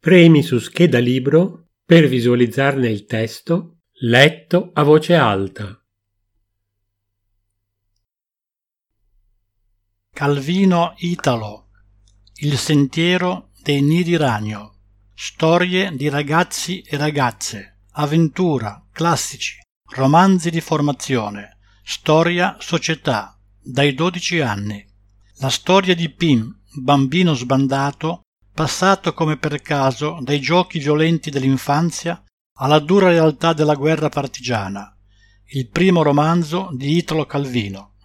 Premi su scheda libro per visualizzarne il testo letto a voce alta. Calvino Italo, Il sentiero dei nidi ragno. Storie di ragazzi e ragazze, avventura, classici, romanzi di formazione, storia, società, dai 12 anni. La storia di Pim, bambino sbandato, passato come per caso dai giochi violenti dell'infanzia alla dura realtà della guerra partigiana. Il primo romanzo di Italo Calvino.